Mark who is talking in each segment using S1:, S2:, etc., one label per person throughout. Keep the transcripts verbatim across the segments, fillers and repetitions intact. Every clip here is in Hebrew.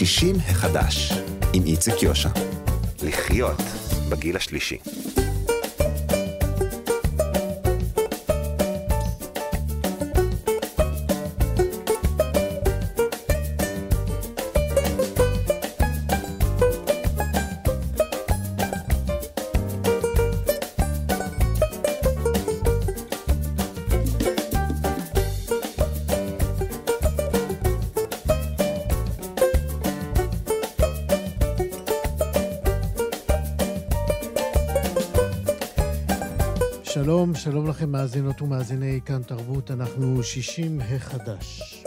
S1: שישים החדש, עם איציק יושע. לחיות בגיל השלישי.
S2: שלום, שלום לכם מאזינות ומאזיני כאן תרבות, אנחנו שישים החדש.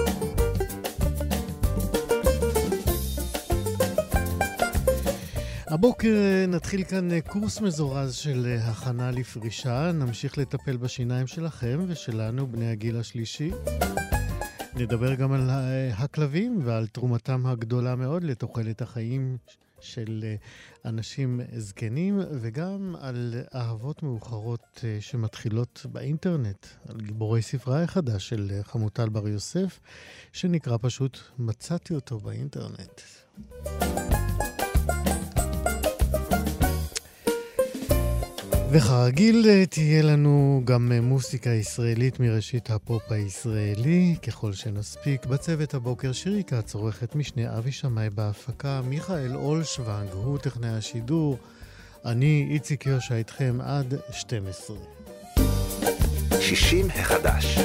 S2: הבוקר נתחיל כאן קורס מזורז של הכנה לפרישה, נמשיך לטפל בשיניים שלכם ושלנו, בני הגיל השלישי. נדבר גם על הכלבים ועל תרומתם הגדולה מאוד לתוחלת החיים של אנשים זקנים, וגם על אהבות מאוחרות שמתחילות באינטרנט, על גיבורי ספרה החדש של חמוטל בר יוסף, שנקרא פשוט מצאתי אותו באינטרנט. וכרגיל תהיה לנו גם מוסיקה ישראלית מראשית הפופ הישראלי, ככל שנספיק. בצוות הבוקר שירי כץ, עורכת משנה, אבי שמאי בהפקה, מיכאל אולשוונג, הוא טכנאי השידור, אני איציק יושע איתכם עד שתים עשרה.
S1: שישים החדש.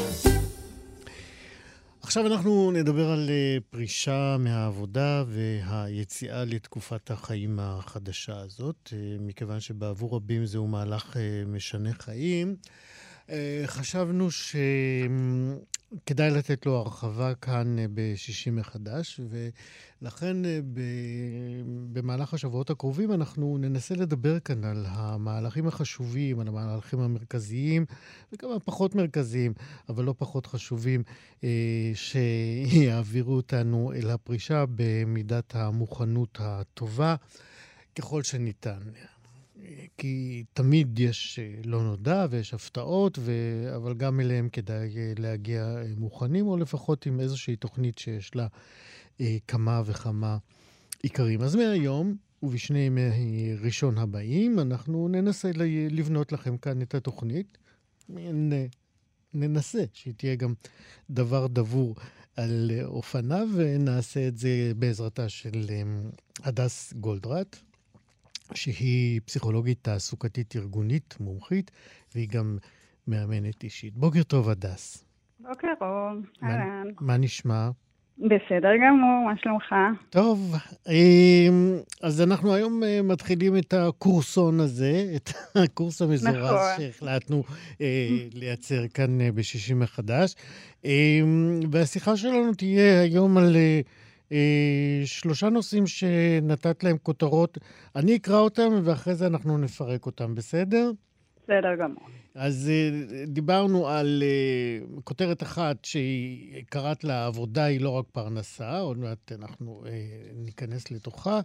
S2: עכשיו אנחנו נדבר על פרישה מהעבודה והיציאה לתקופת החיים החדשה הזאת, מכיוון שבעבור רבים זהו מהלך משנה חיים. חשבנו שכדאי לתת לו הרחבה כאן בשישים מחדש, ולכן במהלך השבועות הקרובים אנחנו ננסה לדבר כאן על המהלכים החשובים, על המהלכים המרכזיים, וגם הפחות מרכזיים, אבל לא פחות חשובים, שיעבירו אותנו אל הפרישה במידת המוכנות הטובה ככל שניתן. כי תמיד יש לא נודע ויש הפתעות, ו... אבל גם אליהם כדאי להגיע מוכנים, או לפחות עם איזושהי תוכנית שיש לה אה, כמה וכמה עיקרים. אז מהיום, ובשני ימי ראשון הבאים, אנחנו ננסה לבנות לכם כאן את התוכנית. נ... ננסה שהיא תהיה גם דבר דבור על אופניו, ונעשה את זה בעזרתה של הדס גולדרט, שהיא פסיכולוגית תעסוקתית ארגונית מומחית, והיא גם מאמנת אישית. בוקר טוב, הדס.
S3: בוקר טוב, אהלן.
S2: מה נשמע?
S3: בסדר גמור, מה שלומך?
S2: טוב, אז אנחנו היום מתחילים את הקורסון הזה, את הקורס המזורז שהחלטנו לייצר כאן בשישים מחדש. והשיחה שלנו תהיה היום על שלושה נושאים שנתת להם כותרות. אני אקרא אותם ואחרי זה אנחנו נפרק אותם, בסדר?
S3: בסדר גמור.
S2: אז דיברנו על כותרת אחת שהיא קראת לה עבודה היא לא רק פרנסה, עוד מעט אנחנו ניכנס לתוכה.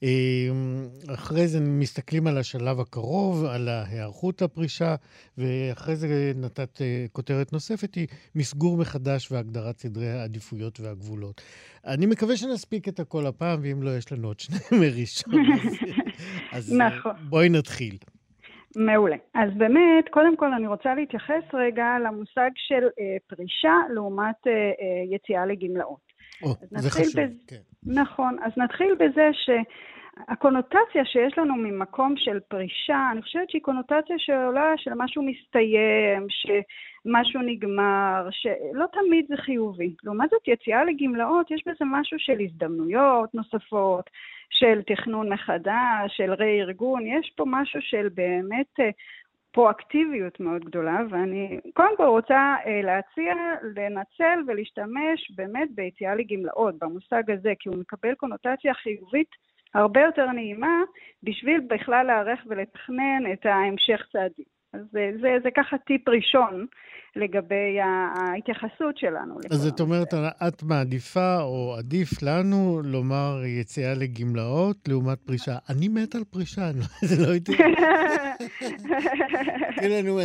S2: אחרי זה מסתכלים על השלב הקרוב, על ההיערכות לפרישה, ואחרי זה נתת כותרת נוספת, היא מסגור מחדש והגדרת סדרי העדיפויות והגבולות. אני מקווה שנספיק את הכל הפעם, ואם לא יש לנו עוד שני מראשון. אז,
S3: נכון.
S2: אז בואי נתחיל.
S3: מעולה. אז באמת, קודם כל אני רוצה להתייחס רגע למושג של אה, פרישה לעומת אה, אה, יציאה לגמלאות.
S2: או, זה חשוב. בז... כן.
S3: נכון. אז נתחיל בזה שהקונוטציה שיש לנו ממקום של פרישה, אני חושבת שהיא קונוטציה שעולה של משהו מסתיים, שמשהו נגמר, שלא תמיד זה חיובי. לעומת זאת, יציאה לגמלאות, יש בזה משהו של הזדמנויות נוספות, של תכנון מחדש, של רה-ארגון, יש פה משהו של באמת פרואקטיביות מאוד גדולה, ואני קודם כל רוצה להציע, לנצל ולהשתמש באמת ביציאה לגמלאות, במושג הזה, כי הוא מקבל קונוטציה חיובית הרבה יותר נעימה, בשביל בכלל לערך ולתכנן את ההמשך צעדים. אז זה, זה, זה ככה טיפ ראשון לגבי ההתייחסות שלנו.
S2: אז זאת אומרת, את מעדיפה או עדיף לנו לומר יציאה לגמלאות לעומת פרישה. אני מת על פרישה, זה לא יודע. כאילו אני אומר,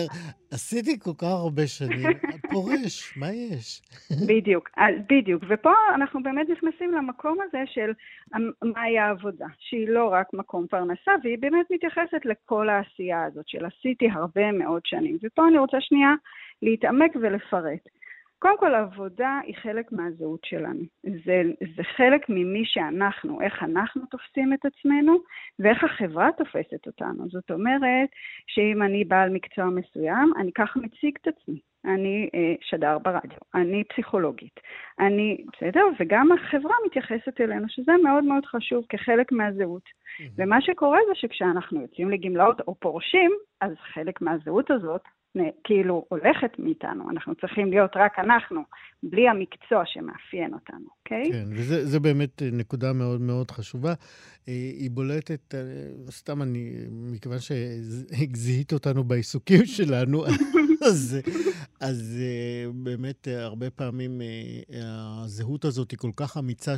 S2: עשיתי כל כך הרבה שנים, פורש, מה יש?
S3: בדיוק, בדיוק. ופה אנחנו באמת נכנסים למקום הזה של מהי העבודה, שהיא לא רק מקום פרנסה, והיא באמת מתייחסת לכל העשייה הזאת של עשיתי הרבה מאוד שנים. ופה אני רוצה שנייה להתעמק ולפרט. קודם כל, העבודה היא חלק מהזהות שלנו. זה, זה חלק ממי שאנחנו, איך אנחנו תופסים את עצמנו, ואיך החברה תופסת אותנו. זאת אומרת, שאם אני בעל מקצוע מסוים, אני ככה מציג את עצמי. אני אה, שדר ברדיו, אני פסיכולוגית, אני, בסדר? וגם החברה מתייחסת אלינו, שזה מאוד מאוד חשוב כחלק מהזהות. Mm-hmm. ומה שקורה זה שכשאנחנו יוצאים לגמלאות או פורשים, אז חלק מהזהות הזאת, כאילו הולכת מאיתנו, אנחנו צריכים להיות רק אנחנו, בלי המקצוע שמאפיין אותנו, אוקיי?
S2: כן, וזה באמת נקודה מאוד מאוד חשובה. היא בולטת, סתם אני, מכיוון שהגזיהית אותנו בעיסוקים שלנו, אז, אז באמת הרבה פעמים הזהות הזאת היא כל כך אמיצה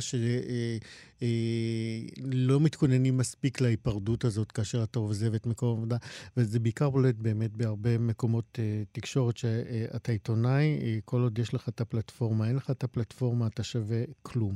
S2: שלא מתכוננים מספיק להיפרדות הזאת כאשר אתה עוזב את מקום העבודה, וזה בעיקר בולט באמת בהרבה מקומות תקשורת שאתה עיתונאי, כל עוד יש לך את הפלטפורמה, אין לך את הפלטפורמה, אתה שווה כלום.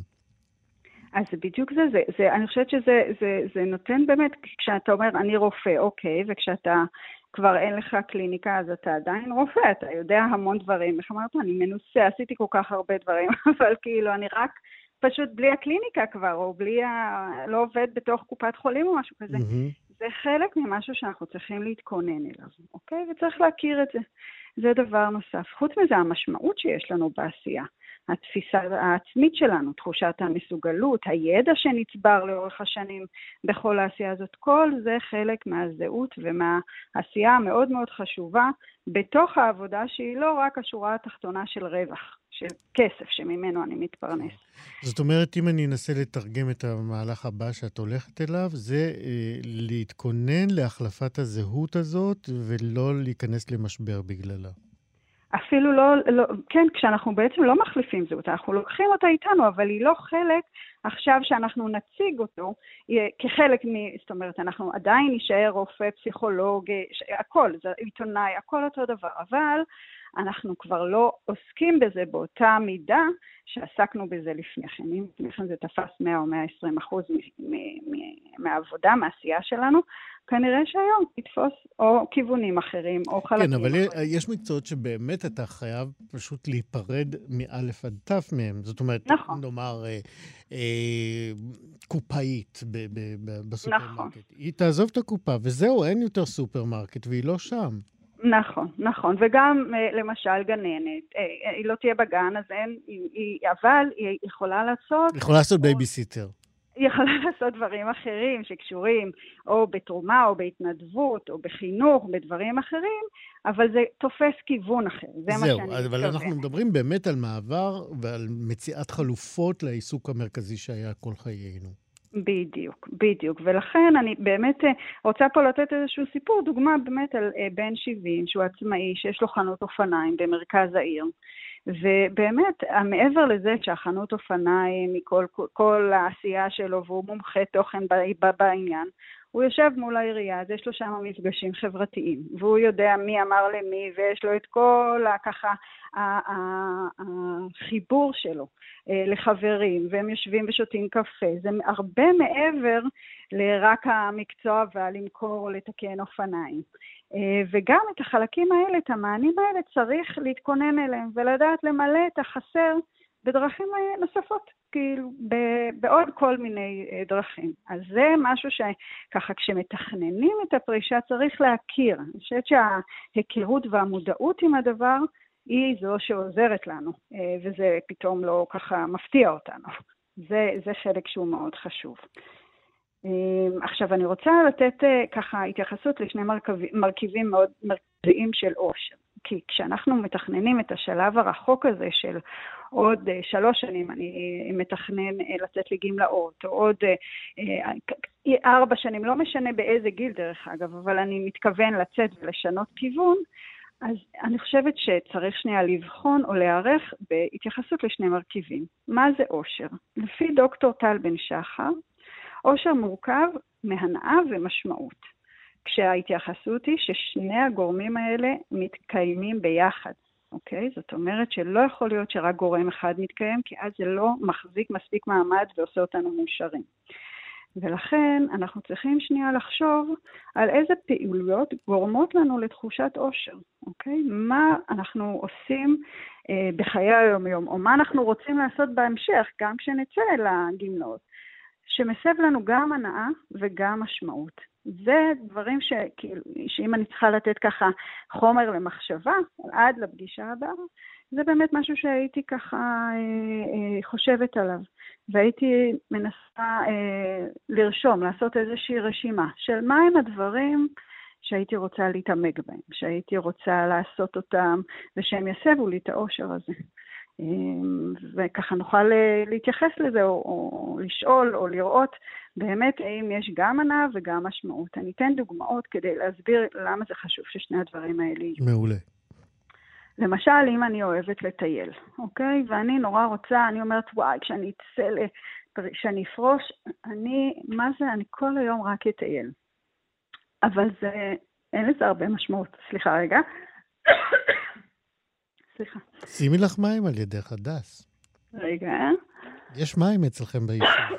S3: אז זה בדיוק זה, זה, זה אני חושבת שזה זה, זה נותן באמת, כשאתה אומר אני רופא, אוקיי, וכשאתה כבר אין לך קליניקה, אז אתה עדיין רופא, אתה יודע המון דברים, איך אמרת, אני מנוסה, עשיתי כל כך הרבה דברים, אבל כאילו אני רק פשוט בלי הקליניקה כבר, או בלי ה... לא עובד בתוך קופת חולים או משהו כזה. Mm-hmm. זה חלק ממשהו שאנחנו צריכים להתכונן אליו, אוקיי? וצריך להכיר את זה. זה דבר נוסף. חוץ מזה, המשמעות שיש לנו בעשייה, התפיסה העצמית שלנו, תחושת המסוגלות, הידע שנצבר לאורך השנים בכל העשייה הזאת, כל זה חלק מהזהות ומהעשייה המאוד מאוד חשובה בתוך העבודה שהיא לא רק השורה התחתונה של רווח, של כסף שממנו אני מתפרנס.
S2: זאת אומרת, אם אני אנסה לתרגם את המהלך הבא שאת הולכת אליו, זה אה, להתכונן להחלפת הזהות הזאת ולא להיכנס למשבר בגללה.
S3: אפילו לא, לא, כן, כשאנחנו בעצם לא מחליפים זהות, אנחנו לוקחים אותה איתנו, אבל היא לא חלק עכשיו שאנחנו נציג אותו כחלק מ... זאת אומרת, אנחנו עדיין נשאר רופא, פסיכולוג, הכל, זה עיתונאי, הכל אותו דבר, אבל אנחנו כבר לא עוסקים בזה באותה מידה שעסקנו בזה לפני כן. אם לפני כן זה תפס מאה או מאה ועשרים אחוז מהעבודה, מהעשייה שלנו, כנראה שהיום תתפוס או כיוונים אחרים או חלקים.
S2: כן, אבל
S3: אחרים.
S2: יש מקצועות שבאמת אתה חייב פשוט להיפרד מאלף עד תף מהם. זאת אומרת,
S3: נכון.
S2: נאמר, אה, אה, קופאית ב- ב- ב- בסופרמרקט.
S3: נכון.
S2: היא תעזוב את הקופה, וזהו, אין יותר סופרמרקט, והיא לא שם.
S3: נכון, נכון, וגם למשל גננת, היא לא תהיה בגן, אז אין, היא, אבל היא יכולה לעשות...
S2: היא יכולה לעשות בייביסיטר.
S3: היא יכולה לעשות דברים אחרים שקשורים או בתרומה או בהתנדבות או בחינוך, בדברים אחרים, אבל זה תופס כיוון אחר. זה
S2: זהו,
S3: מה שאני
S2: אבל
S3: מתכוון.
S2: אנחנו מדברים באמת על מעבר ועל מציאת חלופות לעיסוק המרכזי שהיה כל חיינו.
S3: בדיוק, בדיוק. ולכן אני באמת רוצה פה לתת איזשהו סיפור, דוגמה באמת על בן שבעים, שהוא עצמאי, שיש לו חנות אופניים במרכז העיר. ובאמת, מעבר לזה שהחנות אופניים מכל כל העשייה שלו, והוא מומחה תוכן בעניין, הוא יושב מול העירייה, אז יש לו שם מפגשים חברתיים, והוא יודע מי אמר למי, ויש לו את כל ככה החיבור שלו לחברים, והם יושבים ושותים קפה. זה הרבה מעבר לרק המקצוע והלמכור או לתקן אופניים. וגם את החלקים האלה, את המענים האלה, צריך להתכונן אליהם, ולדעת למלא את החסר בדרכים נוספות, כאילו, בעוד כל מיני דרכים. אז זה משהו שככה, כשמתכננים את הפרישה, צריך להכיר. אני חושבת שההיכרות והמודעות עם הדבר, היא זו שעוזרת לנו, וזה פתאום לא ככה מפתיע אותנו. זה, זה חלק שהוא מאוד חשוב. עכשיו, אני רוצה לתת ככה התייחסות לשני מרכיבים, מרכיבים מאוד מרכזיים של אושר. כי כשאנחנו מתכננים את השלב הרחוק הזה של עוד שלוש שנים, אני מתכנן לצאת לגמלאות, או עוד ארבע שנים, לא משנה באיזה גיל דרך אגב, אבל אני מתכוון לצאת ולשנות כיוון, אז אני חושבת שצריך שנייה לבחון או להערך בהתייחסות לשני מרכיבים. מה זה אושר? לפי דוקטור טל בן שחר, אושר מורכב מהנאה ומשמעות. כשההתייחסות היא ששני הגורמים האלה מתקיימים ביחד. אוקיי? זאת אומרת שלא יכול להיות שרק גורם אחד מתקיים, כי אז זה לא מחזיק מספיק מעמד ועושה אותנו מאושרים. ולכן אנחנו צריכים שנייה לחשוב על איזה פעילויות גורמות לנו לתחושת אושר, אוקיי? מה אנחנו עושים אה, בחיי היום-יום, או מה אנחנו רוצים לעשות בהמשך, גם כשנצא לגמלאות, שמסב לנו גם הנאה וגם משמעות. זה דברים ש, כאילו, שאם אני צריכה לתת ככה חומר למחשבה, עד לפגישה הבאה, זה באמת משהו שהייתי ככה אה, אה, חושבת עליו. והייתי מנסה אה, לרשום, לעשות איזושהי רשימה של מהם הדברים שהייתי רוצה להתעמק בהם, שהייתי רוצה לעשות אותם, ושהם יסבו לי את האושר הזה. וככה נוכל להתייחס לזה, או, או לשאול, או לראות באמת האם יש גם הנאה וגם משמעות. אני אתן דוגמאות כדי להסביר למה זה חשוב ששני הדברים האלה יהיו.
S2: מעולה.
S3: למשל, אם אני אוהבת לטייל, אוקיי? ואני נורא רוצה, אני אומרת, וואי, כשאני אצא, כשאני אפרוש, אני, מה זה? אני כל היום רק אטייל. אבל זה, אין לזה הרבה משמעות. סליחה רגע. סליחה.
S2: שימי לך מים על ידך, הדס.
S3: רגע.
S2: יש מים אצלכם ביישוב.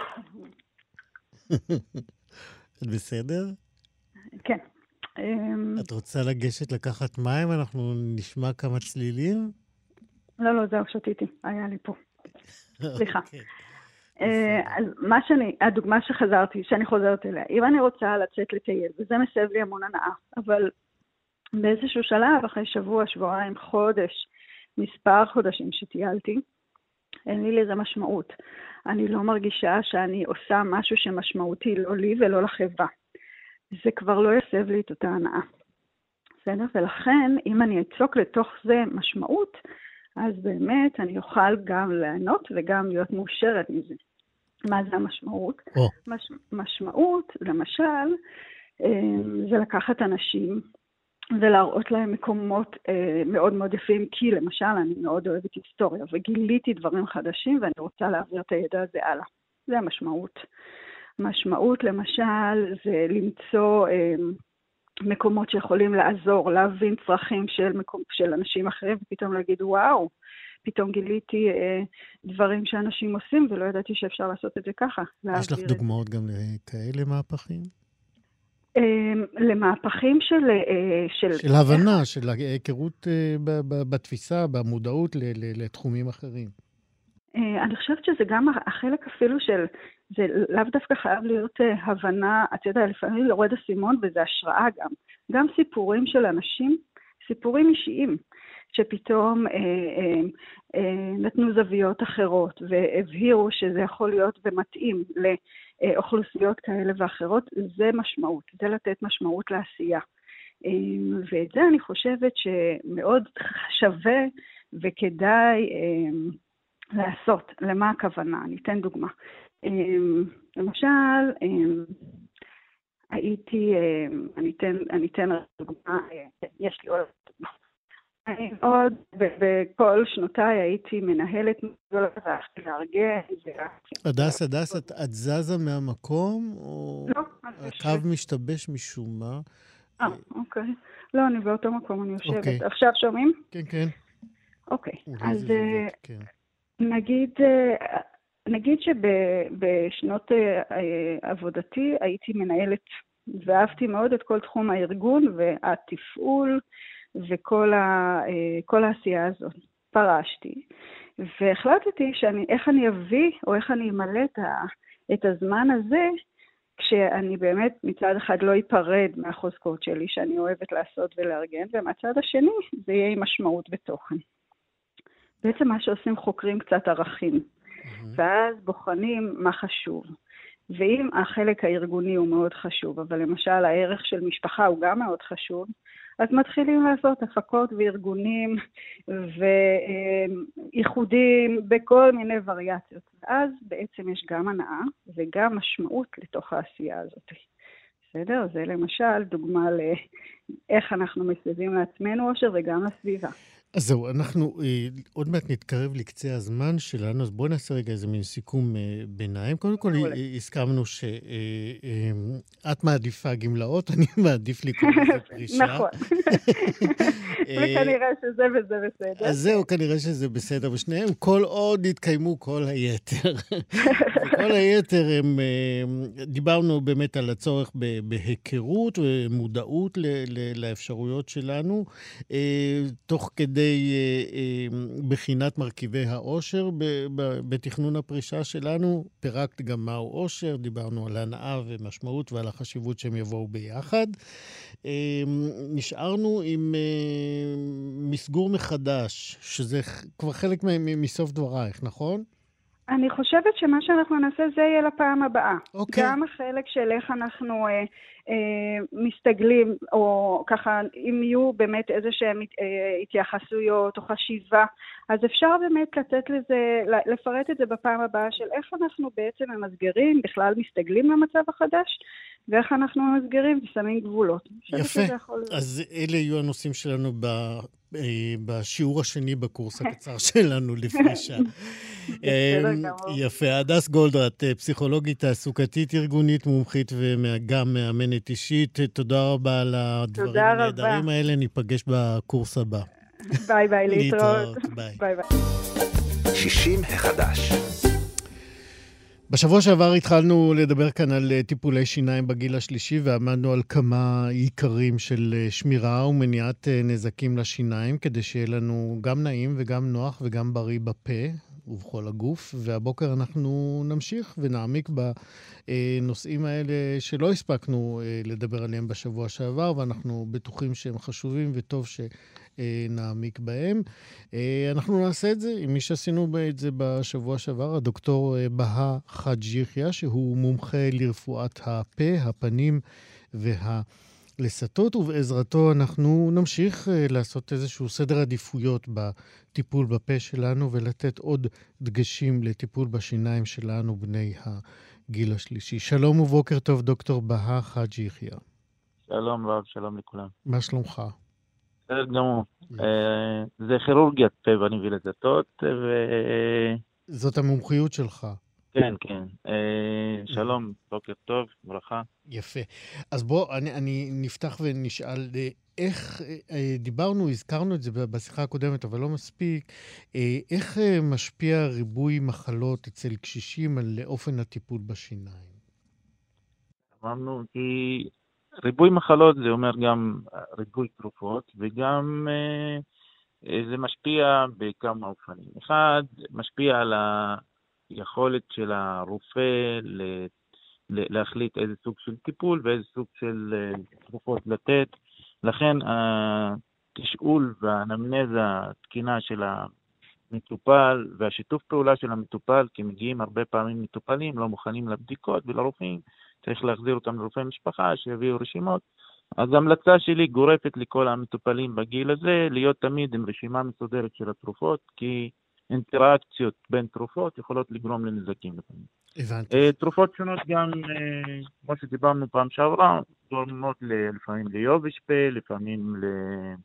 S2: את בסדר?
S3: כן.
S2: את רוצה לגשת לקחת מים? אנחנו נשמע כמה צלילים?
S3: לא, לא, זהו, שתיתי. היה לי פה. סליחה. אז מה שאני, הדוגמה שחזרתי, שאני חוזרת אליה, אם אני רוצה לצאת לטייל, וזה מסב לי המון הנאה, אבל באיזשהו שלב, אחרי שבוע, שבועיים, חודש, מספר חודשים שטיילתי, אין לי לזה משמעות. אני לא מרגישה שאני עושה משהו שמשמעותי לא לי ולא לחברה. זה כבר לא יסב לי את אותה הנאה. בסדר? ולכן, אם אני אצוק לתוך זה משמעות, אז באמת אני אוכל גם לענות וגם להיות מאושרת מזה. מה זה המשמעות?
S2: Oh.
S3: מש, משמעות, למשל, זה לקחת אנשים ולהראות להם מקומות אה, מאוד מאוד יפים, כי למשל אני מאוד אוהבת היסטוריה, וגיליתי דברים חדשים ואני רוצה להעביר את הידע הזה הלאה. זה המשמעות. משמעות למשל זה למצוא אה, מקומות שיכולים לעזור, להבין צרכים של, מקום, של אנשים אחרים, ופתאום להגיד וואו, פתאום גיליתי אה, דברים שאנשים עושים ולא ידעתי שאפשר לעשות את זה ככה.
S2: יש לך דוגמאות גם לכאלה מהפכים?
S3: למהפכים של...
S2: של, של הבנה, של היכרות בתפיסה, במודעות לתחומים אחרים.
S3: אני חושבת שזה גם החלק אפילו של... זה לאו דווקא חייב להיות הבנה, את יודעת, לפעמים יורד הסימון וזה השראה גם. גם סיפורים של אנשים, סיפורים אישיים, שפתאום אה, אה, אה, נתנו זוויות אחרות והבהירו שזה יכול להיות ומתאים לאוכלוסיות כאלה ואחרות, זה משמעות, זה לתת משמעות לעשייה. אה, ואת זה אני חושבת שמאוד שווה וכדאי אה, לעשות. למה הכוונה? אני אתן דוגמה. אה, למשל, אה, הייתי, אה, אני אתן, אני אתן דוגמה, אה, יש לי עוד דוגמה. אני עוד, בכל שנותיי הייתי מנהלת מגדולה והלכתי לארגן.
S2: הדס, הדס, את זזה מהמקום?
S3: לא.
S2: הקו משתבש משום מה?
S3: אה, אוקיי. לא, אני באותו מקום, אני יושבת. עכשיו שומעים?
S2: כן, כן.
S3: אוקיי. אז נגיד, נגיד שבשנות עבודתי הייתי מנהלת, ואהבתי מאוד את כל תחום הארגון והתפעול, וכל ה, כל העשייה הזאת. פרשתי, והחלטתי שאני, איך אני אביא, או איך אני אמלא את, ה, את הזמן הזה, כשאני באמת מצד אחד לא ייפרד מהחוזקות שלי, שאני אוהבת לעשות ולארגן, ומהצד השני זה יהיה עם משמעות ותוכן. בעצם מה שעושים חוקרים קצת ערכים, mm-hmm. ואז בוחנים מה חשוב. ואם החלק הארגוני הוא מאוד חשוב, אבל למשל הערך של משפחה הוא גם מאוד חשוב, אז מתחילים לעשות הפקות וארגונים וייחודים בכל מיני וריאציות. ואז בעצם יש גם הנאה וגם משמעות לתוך העשייה הזאת. בסדר? זה למשל דוגמה לאיך אנחנו מסביבים לעצמנו אושר וגם לסביבה.
S2: אז זהו, אנחנו אה, עוד מעט נתקרב לקצה הזמן שלנו, אז בואו נעשה רגע איזה מין סיכום אה, ביניים. קודם כל,
S3: מעולה.
S2: אה, הסכמנו שאת אה, אה, את מעדיפה גמלאות, אני מעדיף לקרוא לזה פרישה.
S3: נכון.
S2: אה,
S3: וכנראה שזה וזה בסדר.
S2: אז זהו, כנראה שזה בסדר בשניהם, כל עוד יתקיימו כל היתר. וכל היתר הם, אה, דיברנו באמת על הצורך ב- בהיכרות ומודעות ל- ל- לאפשרויות שלנו, אה, תוך כדי אה, אה, בחינת מרכיבי העושר ב- ב- בתכנון הפרישה שלנו. פירקת גם מהו עושר, דיברנו על הנאה ומשמעות ועל החשיבות שהם יבואו ביחד. אה, נשארנו עם אה, מסגור מחדש, שזה כבר חלק מ- מסוף דברייך, נכון?
S3: אני חושבת שמה שאנחנו נעשה זה יהיה לפעם הבאה.
S2: אוקיי.
S3: גם החלק של איך אנחנו אה, אה, מסתגלים, או ככה, אם יהיו באמת איזה שהן אה, התייחסויות או חשיבה, אז אפשר באמת לתת לזה, לפרט את זה בפעם הבאה של איך אנחנו בעצם ממסגרים, בכלל מסתגלים למצב החדש, ואיך אנחנו ממסגרים ושמים גבולות.
S2: יפה. אז אלה יהיו הנושאים שלנו ב... בשיעור השני בקורס הקצר שלנו לפרישה. יפה. הדס גולדרט, פסיכולוגית תעסוקתית ארגונית, מומחית וגם מאמנת אישית. תודה רבה על הדברים הנהדרים האלה. ניפגש בקורס הבא.
S3: ביי ביי, להתראות.
S2: ביי.
S3: ביי ביי.
S1: שישים החדש.
S2: בשבוע שעבר התחלנו לדבר כאן על טיפולי שיניים בגיל השלישי, ועמדנו על כמה עיקרים של שמירה ומניעת נזקים לשיניים, כדי שיהיה לנו גם נעים וגם נוח וגם בריא בפה ובכל הגוף. והבוקר אנחנו נמשיך ונעמיק בנושאים האלה שלא הספקנו לדבר עליהם בשבוע שעבר, ואנחנו בטוחים שהם חשובים וטוב ש... נעמיק בהם. אנחנו נעשה את זה עם מי שעשינו את זה בשבוע שעבר, הדוקטור בהא חאג' יחיא, שהוא מומחה לרפואת הפה, הפנים והלסתות, ובעזרתו אנחנו נמשיך לעשות איזשהו סדר עדיפויות בטיפול בפה שלנו, ולתת עוד דגשים לטיפול בשיניים שלנו, בני הגיל השלישי. שלום ובוקר טוב, דוקטור בהא חאג' יחיא.
S4: שלום רב, שלום לכולם.
S2: מה שלומך?
S4: בסדר גמור. זה כירורגיית פה ואני ולדתות, ו...
S2: זאת המומחיות שלך.
S4: כן, כן. שלום, בוקר טוב, ברכה.
S2: יפה. אז בוא, אני, אני נפתח ונשאל, איך, דיברנו, הזכרנו את זה בשיחה הקודמת, אבל לא מספיק, איך משפיע ריבוי מחלות אצל קשישים על אופן הטיפול בשיניים?
S4: אמרנו, כי... ריבוי מחלות זה אומר גם ריבוי תרופות, וגם אה, זה משפיע בכמה אופנים. אחד, משפיע על היכולת של הרופא ל- ל- להחליט איזה סוג של טיפול ואיזה סוג של אה, תרופות לתת. לכן התשאול והאנמנזה התקינה של המטופל והשיתוף פעולה של המטופל, כי מגיעים הרבה פעמים מטופלים, לא מוכנים לבדיקות ולרופאים, צריך להחזיר אותם לרופאי משפחה שיביאו רשימות. אז ההמלצה שלי גורפת לכל המטופלים בגיל הזה, להיות תמיד עם רשימה מסודרת של התרופות, כי אינטראקציות בין תרופות יכולות לגרום לנזקים.
S2: הבנתי.
S4: תרופות שונות גם, כמו שדיברנו פעם שעברה, גורמות לפעמים ליובש פה, לפעמים ל...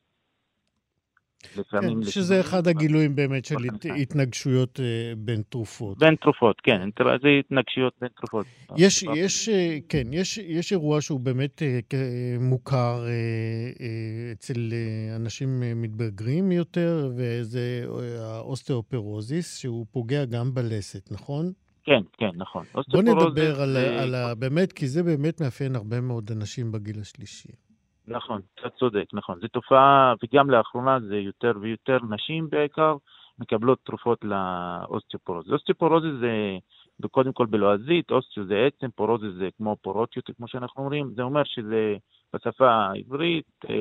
S2: כן, שזה אחד הגילויים באמת של התנגשויות בין תרופות.
S4: בין תרופות, כן, זה התנגשויות בין תרופות.
S2: יש, יש, כן, יש, יש אירוע שהוא באמת מוכר אצל אנשים מתבגרים יותר, וזה האוסטאופורוזיס, שהוא פוגע גם בלסת, נכון?
S4: כן, כן, נכון.
S2: בוא נדבר על, על באמת, כי זה באמת מאפיין הרבה מאוד אנשים בגיל השלישי.
S4: נכון, אתה צודק, נכון. זו תופעה, וגם לאחרונה זה יותר ויותר נשים בעיקר, מקבלות תרופות לאוסטאופורוזיס. אוסטאופורוזיס זה, קודם כל בלועזית, אוסטאו זה עצם, פורוזיס זה כמו פורוציות, כמו שאנחנו אומרים. זה אומר שזה בשפה העברית, אה,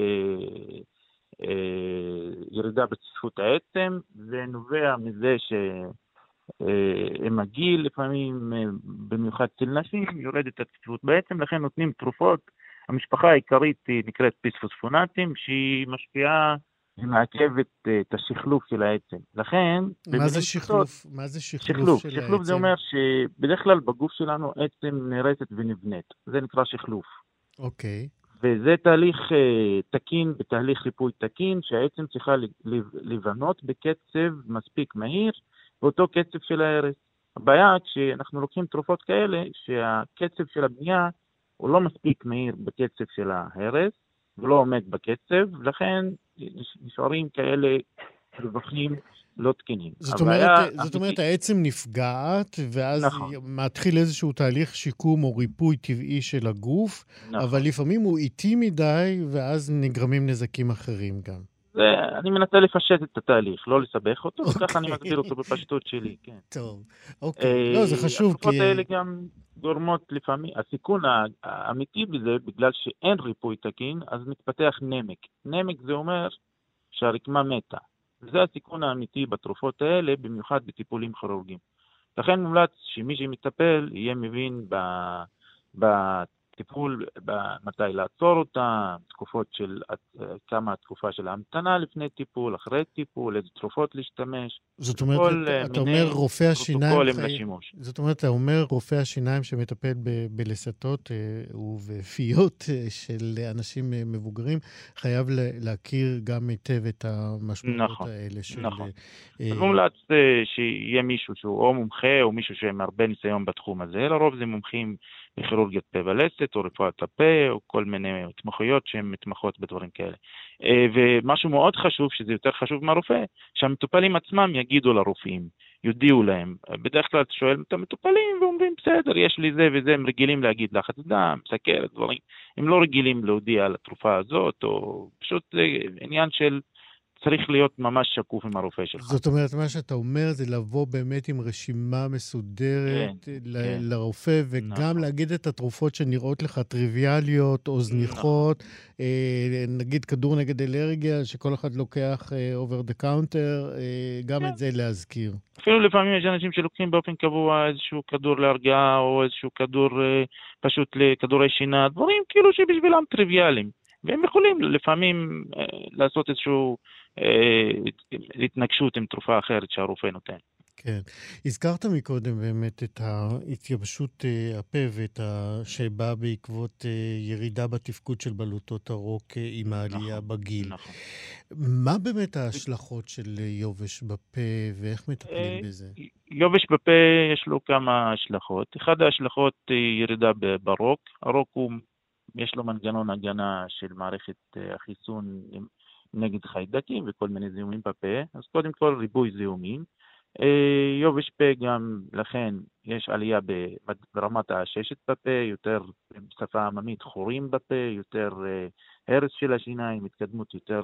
S4: אה, ירידה בצפיפות העצם, זה נובע מזה שהם הגיל, לפעמים, במיוחד אצל נשים, יורדת הצפיפות בעצם, לכן נותנים תרופות. המשפחה העיקרית היא נקראת ביספוספונטים, שהיא משפיעה ומעכבת את השחלוף של העצם. לכן...
S2: מה זה שחלוף? מה זה שחלוף,
S4: שחלוף
S2: של
S4: העצם?
S2: העצם?
S4: שחלוף זה אומר שבדרך כלל בגוף שלנו עצם נרצת ונבנית. זה נקרא שחלוף.
S2: אוקיי.
S4: וזה תהליך תקין, בתהליך ריפוי תקין, שהעצם צריכה לבנות בקצב מספיק מהיר, באותו קצב של ההרס. הבעיה כשאנחנו לוקחים תרופות כאלה, שהקצב של הבנייה הוא לא מספיק מהיר בקצב של ההרס, ולא עומד בקצב, לכן נשארים כאלה רווחים לא תקינים.
S2: זאת אומרת, זאת אומרת, העצם נפגעת, ואז נכון. מתחיל איזשהו תהליך שיקום או ריפוי טבעי של הגוף, נכון. אבל לפעמים הוא איטי מדי, ואז נגרמים נזקים אחרים גם.
S4: זה, אני מנסה לפשט את התהליך, לא לסבך אותו, okay. וככה אני מסביר אותו בפשטות שלי, כן.
S2: טוב, אוקיי. לא, זה חשוב,
S4: כי... התרופות האלה גם גורמות לפעמים, הסיכון האמיתי בזה, בגלל שאין ריפוי תקין, אז מתפתח נמק. נמק זה אומר שהרקמה מתה. וזה הסיכון האמיתי בתרופות האלה, במיוחד בטיפולים כירורגיים. לכן מומלץ שמי שמטפל יהיה מבין בטיפול, מתי לעצור אותה, תקופות של, כמה התקופה של ההמתנה לפני טיפול, אחרי טיפול, איזה תרופות להשתמש.
S2: זאת אומרת, אתה אומר רופא השיניים, זאת אומרת, אתה אומר רופא השיניים שמטפל בלסתות ובפיות של אנשים מבוגרים, חייב להכיר גם היטב את המשמעויות האלה.
S4: נכון. אז מומלץ שיהיה מישהו שהוא או מומחה או מישהו שהם הרבה ניסיון בתחום הזה, לרוב זה מומחים בכירורגית פה ולסת או רפואת הפה או כל מיני התמחויות שהן מתמחות בדברים כאלה. ומשהו מאוד חשוב, שזה יותר חשוב מהרופא, שהמטופלים עצמם יגידו לרופאים, יודיעו להם. בדרך כלל שואל את המטופלים ואומרים, בסדר, יש לי זה וזה, הם רגילים להגיד לחץ דם, סכרת, דברים. הם לא רגילים להודיע על התרופה הזאת, או פשוט זה עניין של צריך להיות ממש שקוף עם הרופא שלך.
S2: זאת אומרת, מה שאתה אומר זה לבוא באמת עם רשימה מסודרת כן, ל- כן. לרופא, וגם נכון. להגיד את התרופות שנראות לך טריוויאליות או זניחות, נכון. אה, נגיד כדור נגד אלרגיה, שכל אחד לוקח אה, over the counter, אה, גם כן. את זה להזכיר.
S4: אפילו לפעמים יש אנשים שלוקחים באופן קבוע איזשהו כדור להרגעה, או איזשהו כדור אה, פשוט לכדורי שינה, דברים כאילו שבשבילם טריוויאליים. והם יכולים לפעמים אה, לעשות איזשהו אה, התנגשות עם תרופה אחרת שהרופא נותן.
S2: כן. הזכרת מקודם באמת את ההתייבשות אה, הפה ואת ה... שבאה בעקבות אה, ירידה בתפקוד של בלוטות הרוק אה, עם העלייה נכון, בגיל. נכון. מה באמת ההשלכות של יובש בפה ואיך מטפלים אה, בזה?
S4: יובש בפה יש לו כמה השלכות. אחד ההשלכות היא ירידה ברוק. הרוק הוא יש לו מנגנון הגנה של מערכת החיסון נגד חיידקים וכל מיני זיהומים בפה, אז קודם כל ריבוי זיהומים. יובש פה גם לכן יש עלייה ברמת העששת בפה, יותר בשפה עממית חורים בפה, יותר הרס של השיניים, התקדמות יותר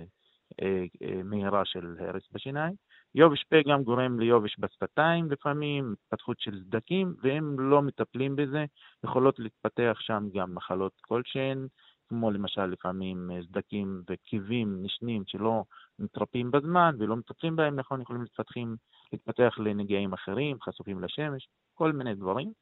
S4: מהירה של הרס בשיניים. יובש פה גם גורם ליובש בשפתיים לפעמים, התפתחות של סדקים, והם לא מטפלים בזה, יכולות להתפתח שם גם מחלות כלשהן, כמו למשל לפעמים סדקים וקיבים נשנים שלא מטרפים בזמן ולא מטפלים בהם נכון, יכולים להתפתחים, להתפתח לנגעים אחרים, חשופים לשמש, כל מיני דברים.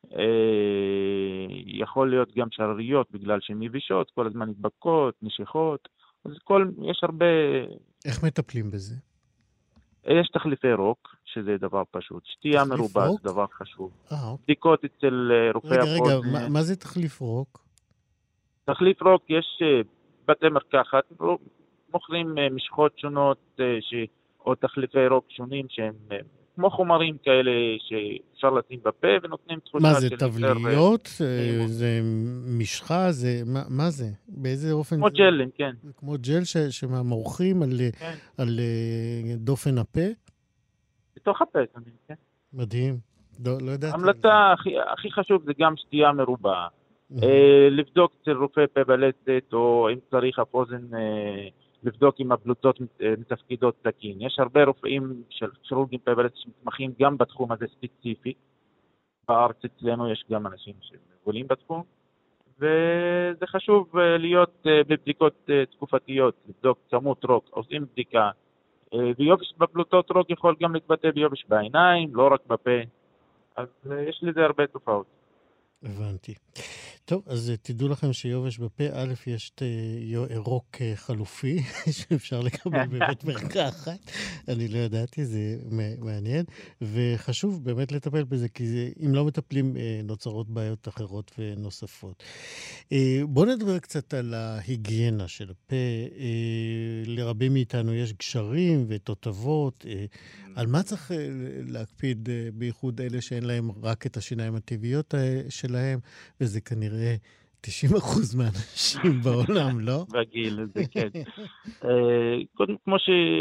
S4: יכול להיות גם שרריות בגלל שהן יבשות, כל הזמן נדבקות, נשיכות, אז כל, יש הרבה...
S2: איך מטפלים בזה?
S4: יש תחליפי רוק, שזה דבר פשוט. שתייה מרובה זה דבר חשוב. בדיקות אצל רופאי
S2: הפרוזן. רגע, רגע, מה, מה זה תחליף רוק?
S4: תחליף רוק, יש בתי מרקחת, מוכרים משחות שונות, ש... או תחליפי רוק שונים, שהם כמו חומרים כאלה שאפשר לשים בפה, ונותנים תחושה
S2: של... מה זה, תבליות? זה משחה? זה... מה, מה זה? באיזה אופן...
S4: כמו
S2: זה...
S4: ג'לים, כן.
S2: זה כמו ג'ל ש... שמורחים על, כן. על דופן הפה?
S4: בתוך הפה, תמיד, כן.
S2: מדהים. לא, לא ידעתי.
S4: המלצה הכי, הכי חשוב זה גם שתייה מרובה. אה, לבדוק אצל רופא פה בלסת, או אם צריך הפוזן... אה, לבדוק אם הבלוטות מתפקידות תקין. יש הרבה רופאים של כירורגים פה ולסת שמתמחים גם בתחום הזה ספציפי. בארץ אצלנו יש גם אנשים שמובילים בתחום. וזה חשוב להיות בבדיקות תקופתיות, לבדוק צמות רוק, עושים בדיקה. ויובש בבלוטות רוק יכול גם להתבטא ביובש בעיניים, לא רק בפה. אז יש לזה הרבה תופעות.
S2: הבנתי. טוב, אז תדעו לכם שיובש בפה, א', יש ירוק חלופי, שאפשר לקבל בבית מרקחת. אני לא ידעתי, זה מעניין. וחשוב באמת לטפל בזה, כי אם לא מטפלים, נוצרות בעיות אחרות ונוספות. בואו נדבר קצת על ההיגיינה של הפה. לרבים מאיתנו יש גשרים ותותבות. על מה צריך להקפיד, בייחוד אלה שאין להם רק את השיניים הטבעיות שלהם, וזה כנראה תשעים אחוז מהאנשים בעולם, לא?
S4: בגיל הזה, כן. קודם, כמו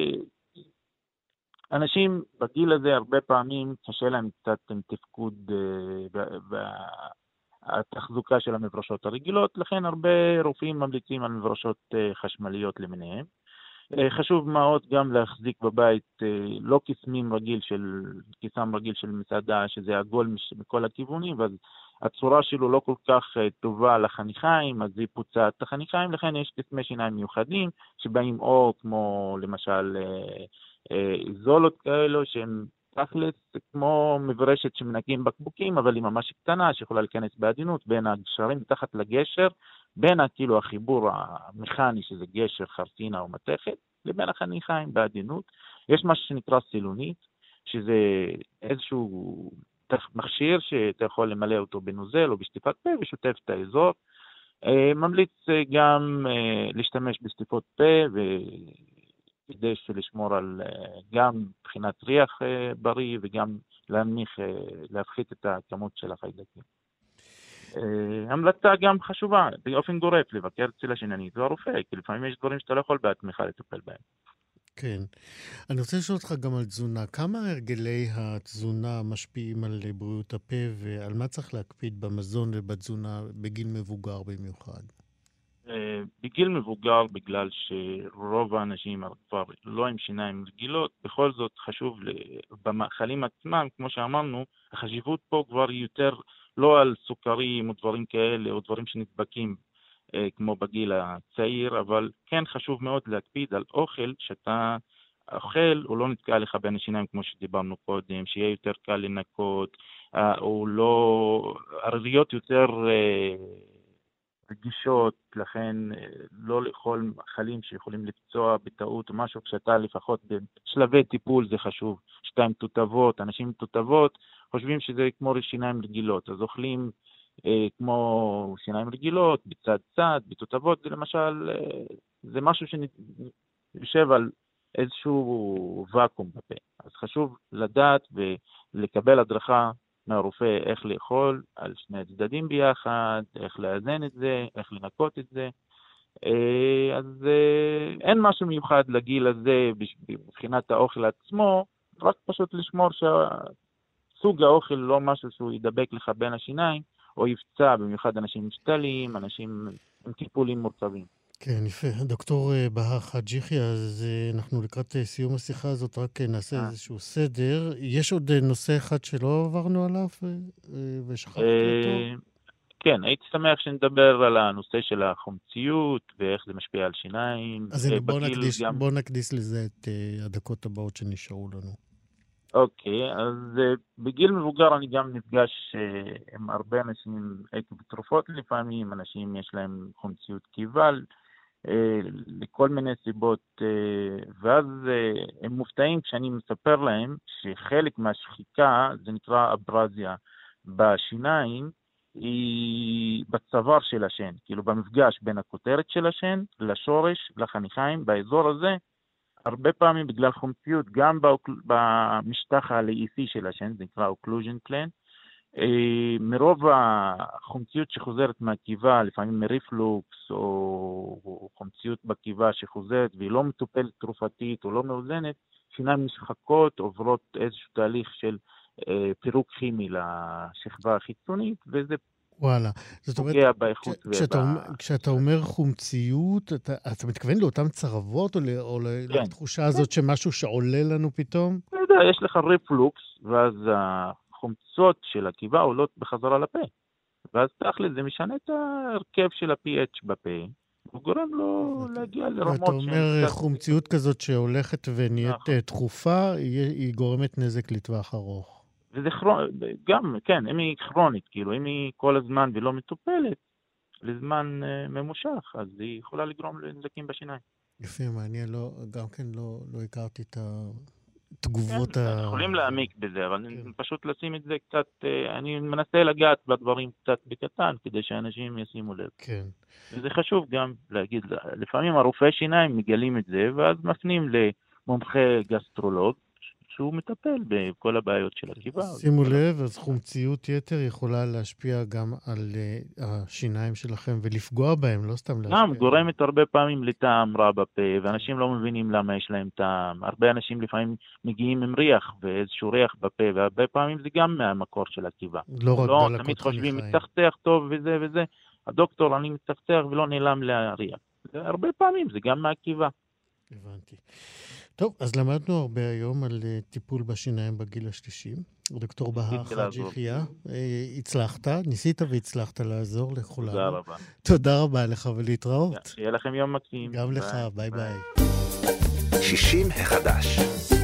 S4: שאנשים בגיל הזה הרבה פעמים קשה להם קצת עם תפקוד והתחזוקה של המברשות הרגילות, לכן הרבה רופאים ממליצים על מברשות חשמליות למיניהם. חשוב מאוד גם להחזיק בבית לא כיסמים רגיל של, כיסם רגיל של מסעדה, שזה עגול מכל הכיוונים, ואז הצורה שלו לא כל כך טובה לחניכיים, אז היא פוצעת את החניכיים, לכן יש כיסמי שיניים מיוחדים, שבאים או כמו למשל זולות כאלו, שהם תכלס כמו מברשת שמנקים בקבוקים, אבל היא ממש קטנה, שיכולה להיכנס בעדינות בין הגשרים מתחת לגשר, בין כאילו החיבור המכני, שזה גשר, חרסינה או מתכת, לבין החניכיים בעדינות. יש משהו שנקרא סילונית, שזה איזשהו מכשיר שאתה יכול למלא אותו בנוזל או בשטיפת פה ושוטף את האזור. ממליץ גם להשתמש בשטיפות פה, וכדי לשמור על גם בחינת ריח בריא, וגם להנמיך, להפחית את הכמות של החיידקים. המלצה גם חשובה, באופן גורף, לבקר אצל השיננית והרופא, כי לפעמים יש דברים שאתה לא יכול בעצמך לטפל בהם.
S2: כן. אני רוצה לשאול אותך גם על תזונה. כמה הרגלי התזונה משפיעים על בריאות הפה, ועל מה צריך להקפיד במזון ובתזונה בגיל מבוגר במיוחד?
S4: בגיל מבוגר, בגלל שרוב האנשים כבר לא עם שיניים רגילות, בכל זאת חשוב במאכלים עצמם, כמו שאמרנו, החשיבות פה כבר יותר לא על סוכרים או דברים כאלה, או דברים שנדבקים כמו בגיל הצעיר, אבל כן חשוב מאוד להקפיד על אוכל שאתה אוכל, הוא לא נתקע לך בין השיניים כמו שדיברנו קודם, שיהיה יותר קל לנקות, או לא, הרריות יותר רגישות, לכן לא לאכול מאכלים שיכולים לפצוע בטעות או משהו, כשאתה לפחות בשלבי טיפול זה חשוב. שתיים תותבות, אנשים תותבות חושבים שזה כמו שיניים רגילות, אז אוכלים אה, כמו שיניים רגילות, בצד צד, בתותבות, זה למשל, אה, זה משהו שיושב על איזשהו ואקום בפה. אז חשוב לדעת ולקבל הדרכה מהרופא איך לאכול על שני הצדדים ביחד, איך לאזן את זה, איך לנקות את זה. אה, אז אה, אין משהו מיוחד לגיל הזה מבחינת האוכל עצמו, רק פשוט לשמור שה... סוג האוכל לא משהו שהוא ידבק לך בין השיניים, או יפצע, במיוחד אנשים משתלים, אנשים עם טיפולים מורכבים.
S2: כן, יפה. דוקטור בהר חאג' יחיא, אז אנחנו לקראת סיום השיחה הזאת, רק נעשה אה. איזשהו סדר. יש עוד נושא אחד שלא עברנו עליו, ושכחתי אה, אותו?
S4: כן, הייתי שמח שנדבר על הנושא של החומציות, ואיך זה משפיע על שיניים.
S2: אז הנה, בוא נקדיש, גם... בוא נקדיש לזה את uh, הדקות הבאות שנשארו לנו.
S4: אוקיי, אז uh, בגיל מבוגר אני גם נפגש uh, עם הרבה אנשים עקב תרופות, לפעמים אנשים יש להם חומציות קיבל, uh, לכל מיני סיבות, uh, ואז uh, הם מופתעים כשאני מספר להם שחלק מהשחיקה, זה נקרא אברזיה בשיניים, היא בצוואר של השן, כאילו במפגש בין הכותרת של השן לשורש, לחניכיים, באזור הזה, הרבה פעמים בגלל חומציות, גם במשטח הלעיסי של השן, זה נקרא אוקלוז'ן פלן, מרוב החומציות שחוזרת מהקיבה, לפעמים מריפלוקס או חומציות בקיבה שחוזרת והיא לא מטופלת תרופתית או לא מאוזנת, שיניים נשחקות, עוברות איזשהו תהליך של פירוק כימי לשכבה החיצונית, וזה
S2: וואלה.
S4: פוגע באיכות.
S2: כשאתה, ובא... כשאתה אומר חומציות, אתה, אתה מתכוון לאותם צרבות, או, או כן. לתחושה הזאת שמשהו שעולה לנו פתאום?
S4: לא יודע, יש לך ריפלוקס, ואז החומצות של הקיבה עולות בחזרה לפה. ואז תכל'ס זה משנה את ההרכב של ה-פי אץ' בפה. הוא גורם לו להגיע לרמות...
S2: ואתה אומר חומציות כזאת שהולכת ונהיית תכופה, היא גורמת נזק לטווח ארוך.
S4: וזה כרונית, גם, כן, אם היא כרונית, כאילו, אם היא כל הזמן ולא מטופלת, לזמן ממושך, אז היא יכולה לגרום לנזקים בשיניים.
S2: יפה, מעניין, לא, גם כן לא, לא הכרתי את התגובות
S4: כן,
S2: ה...
S4: יכולים להעמיק בזה, אבל
S2: כן.
S4: פשוט לשים את זה קצת, אני מנסה לגעת בדברים קצת בקטן, כדי שאנשים ישימו לב.
S2: כן.
S4: וזה חשוב גם להגיד, לפעמים הרופאי שיניים מגלים את זה, ואז מפנים למומחה גסטרולוג, שהוא מטפל בכל הבעיות של הקיבה.
S2: שימו לב, אז חומציות יתר יכולה להשפיע גם על uh, השיניים שלכם ולפגוע בהם, לא סתם להשפיע.
S4: גם, גורמת הרבה פעמים לטעם רע בפה, ואנשים לא מבינים למה יש להם טעם. הרבה אנשים לפעמים מגיעים עם ריח, ואיזשהו ריח בפה, והרבה פעמים זה גם מהמקור של הקיבה.
S2: לא רק
S4: לא,
S2: דלקות
S4: תמיד חושבים,
S2: חניכיים.
S4: מצחצח טוב וזה וזה. הדוקטור, אני מצחצח ולא נעלם להריח. הרבה פעמים זה גם מהקיבה.
S2: הבנתי. טוב, אז למדנו הרבה היום על uh, טיפול בשיניים בגיל השלישי. דוקטור בהא חאג' יחיא, הצלחת, ניסית והצלחת לעזור לכולנו.
S4: תודה רבה.
S2: תודה רבה לך ולהתראות.
S4: שיהיה לכם יום מקסים.
S2: גם לך, ביי ביי.
S1: שישים החדש.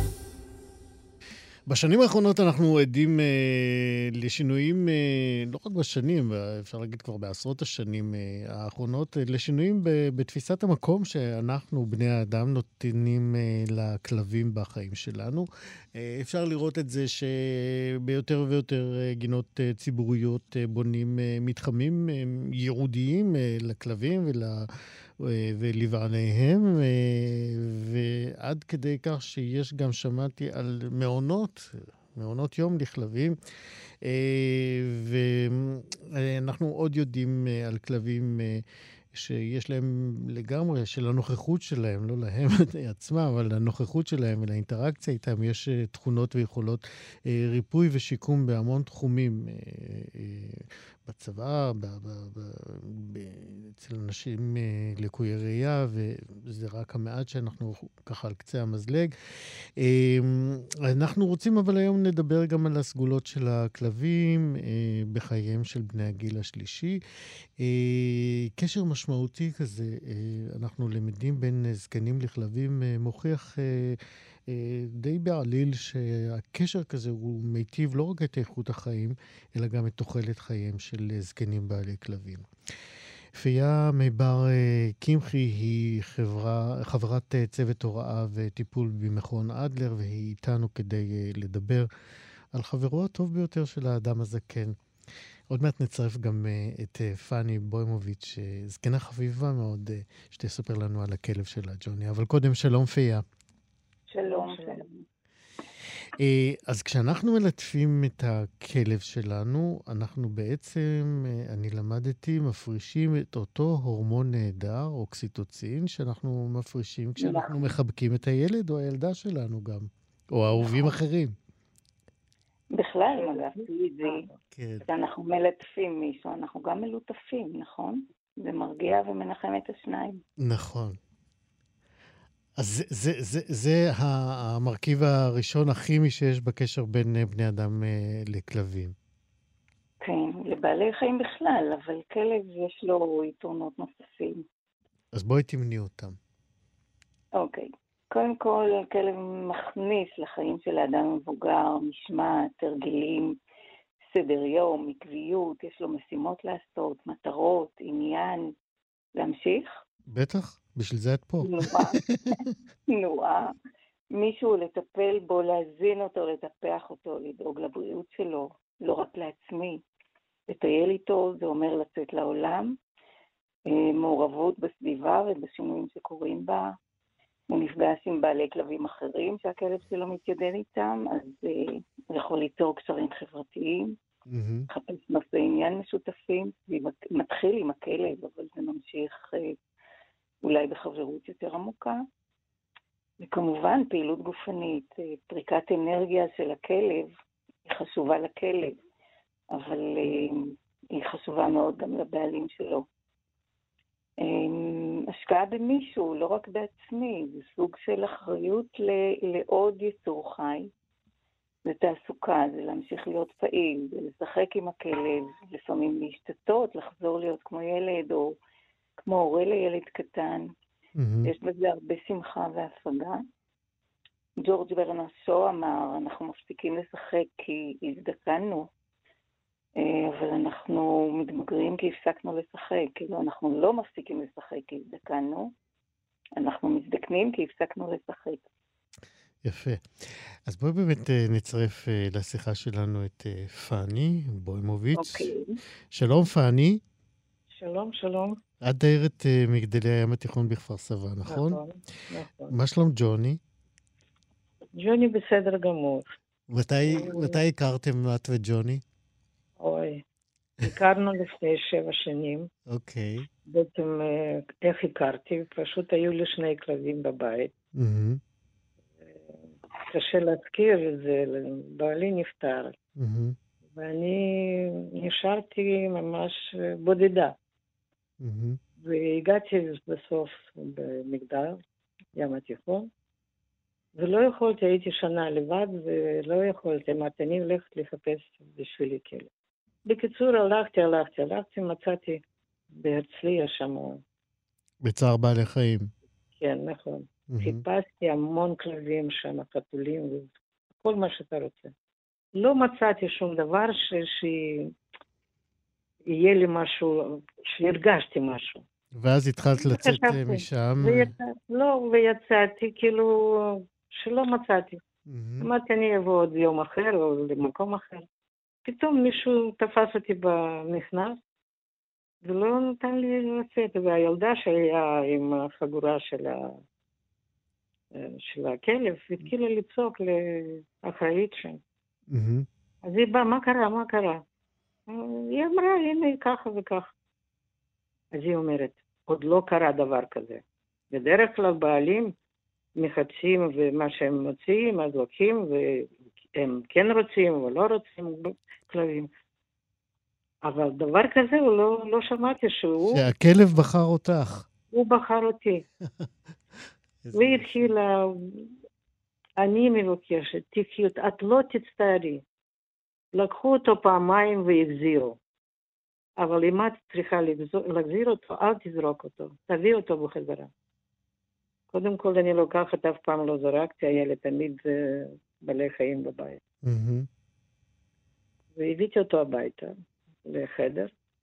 S2: בשנים האחרונות אנחנו עדים אה, לשינויים, אה, לא רק בשנים, אפשר להגיד כבר בעשרות השנים אה, האחרונות, אה, לשינויים ב, בתפיסת המקום שאנחנו, בני האדם, נותנים אה, לכלבים בחיים שלנו. אה, אפשר לראות את זה שביותר ויותר אה, גינות אה, ציבוריות אה, בונים אה, מתחמים אה, ייעודיים אה, לכלבים ול... ולבעליהם, ועד כדי כך שיש גם, שמעתי על מעונות, מעונות יום לכלבים, ואנחנו עוד יודעים על כלבים שיש להם לגמרי, של הנוכחות שלהם, לא להם עצמם, אבל הנוכחות שלהם ולאינטראקציה איתם, יש תכונות ויכולות ריפוי ושיקום בהמון תחומים, בצבא, ב- ב- ב- ב- אצל אנשים לקויי ראייה, וזה רק המעט שאנחנו ככה על קצה המזלג. אנחנו רוצים אבל היום נדבר גם על הסגולות של הכלבים בחייהם של בני הגיל השלישי. קשר משמעותי כזה, אנחנו למדים בין זקנים לכלבים, מוכיח די בעליל שהקשר כזה הוא מיטיב לא רק את איכות החיים, אלא גם את תוחלת חייהם של זקנים בעלי כלבים. פיה מיבר קמחי היא חברה, חברת צוות הוראה וטיפול במכון אדלר, והיא איתנו כדי לדבר על חברו הטוב ביותר של האדם הזקן. עוד מעט נצרף גם את פני בוימוביץ', זקנה חביבה מאוד, שתספר לנו על הכלב שלה, ג'וני. אבל קודם, שלום פיה.
S5: שלום, שלום.
S2: אז כשאנחנו מלטפים את הכלב שלנו, אנחנו בעצם, אני למדתי, מפרישים את אותו הורמון נהדר, אוקסיטוצין, שאנחנו מפרישים כשאנחנו מחבקים את הילד או הילדה שלנו גם, או אהובים אחרים.
S5: בכלל, אגב, פיזי, כשאנחנו מלטפים מישהו, אנחנו גם מלוטפים, נכון? זה מרגיע ומנחם את השניים.
S2: נכון. אז זה, זה, זה, זה המרכיב הראשון הכימי שיש בקשר בין בני אדם לכלבים.
S5: כן, לבעלי חיים בכלל, אבל כלב יש לו יתרונות נוספים.
S2: אז בואי תמני אותם.
S5: אוקיי. קודם כל, כלב מכניס לחיים של האדם מבוגר, משמעת, תרגילים, סדר יום, עקביות, יש לו משימות לעשות, מטרות, עניין. להמשיך?
S2: בטח, בשביל זה את פה.
S5: נועה, נועה. מישהו לטפל בו, להזין אותו, לטפח אותו, לדאוג לבריאות שלו, לא רק לעצמי. לטייל איתו, זה אומר לצאת לעולם, מעורבות בסביבה ובשינויים שקורים בה. הוא נפגש עם בעלי כלבים אחרים שהכלב שלו מתיידד איתם, אז הוא יכול ליצור קשרים חברתיים, חפש נושאי עניין משותפים, מתחיל עם הכלב, אבל זה ממשיך אולי בחברות יותר עמוקה. וכמובן פעילות גופנית, פריקת אנרגיה של הכלב, היא חשובה לכלב, אבל היא חשובה מאוד גם לבעלים שלו. השקעה במישהו, לא רק בעצמי, זה סוג של אחריות לעוד יצור חי. זה תעסוקה, זה להמשיך להיות פעיל, זה לשחק עם הכלב, לפעמים להשתתות, לחזור להיות כמו ילד או כמו הורה לילד קטן. Mm-hmm. יש בזה הרבה שמחה והפגה. ג'ורג' ברנרד שו אמר, אנחנו מפסיקים לשחק כי הזדקנו. אבל אנחנו מתבגרים כי הפסקנו לשחק, כאילו אנחנו לא מפסיקים לשחק כי הזדקנו, אנחנו מזדקנים כי הפסקנו לשחק.
S2: יפה. אז בואי באמת נצרף לשיחה שלנו את פני בוימוביץ'.
S5: אוקיי.
S2: שלום פני.
S5: שלום, שלום.
S2: את דיירת מגדלי הים התיכון בכפר סבא, נכון?
S5: נכון, נכון.
S2: מה שלום ג'וני?
S5: ג'וני בסדר גמור.
S2: מתי, מתי הכרתם את וג'וני?
S5: אוי, הכרנו לפני שבע שנים.
S2: אוקיי.
S5: בעצם איך הכרתי? פשוט היו לי שני כלבים בבית.
S2: Mm-hmm.
S5: קשה להזכיר את זה, בעלי נפטר.
S2: Mm-hmm.
S5: ואני נשארתי ממש בודדה.
S2: Mm-hmm.
S5: והגעתי בסוף במגדל, ים התיכון, ולא יכולתי, הייתי שנה לבד, ולא יכולתי, אמרתי, אני הולכת לחפש בשבילי כלב. בקיצור, הלכתי, הלכתי, הלכתי, מצאתי בהרצליה שם.
S2: בצער בעלי חיים.
S5: כן, נכון. Mm-hmm. חיפשתי המון כלבים שם, חתולים, וכל מה שאתה רוצה. לא מצאתי שום דבר ש... שיהיה לי משהו, שהרגשתי משהו.
S2: ואז התחלת לצאת חשבתי. משם?
S5: ויצא... לא, ויצאתי, כאילו, שלא מצאתי. Mm-hmm. אמרתי, אני אבוא עוד יום אחר, או למקום אחר. פתאום מישהו תפס אותי במכנס, ולא נתן לי לצאת. והילדה שהיה עם החגורה של, ה... של הכלב, התחילה לצעוק לאחראית שם.
S2: Mm-hmm.
S5: אז היא באה, מה קרה, מה קרה? היא אמרה, הנה, ככה וככה. אז היא אומרת, עוד לא קרה דבר כזה. בדרך כלל בעלים מחפשים, ומה שהם מוצאים, אז לוקחים, והם כן רוצים ולא רוצים כלבים. אבל דבר כזה הוא לא, לא שמעתי שהוא...
S2: שהכלב בחר אותך.
S5: הוא בחר אותי. והיא התחילה, אני מבקשת, תחיות, את לא תצטערי. לקחו אותו פעמיים והחזירו. אבל אם את צריכה להחזיר אותו, אל תזרוק אותו. תביא אותו בחזרה. קודם כל אני לוקחת, אף פעם לא זרקתי, היה לי תמיד בעלי חיים בבית.
S2: Mm-hmm.
S5: והבאתי אותו הביתה, לחדר,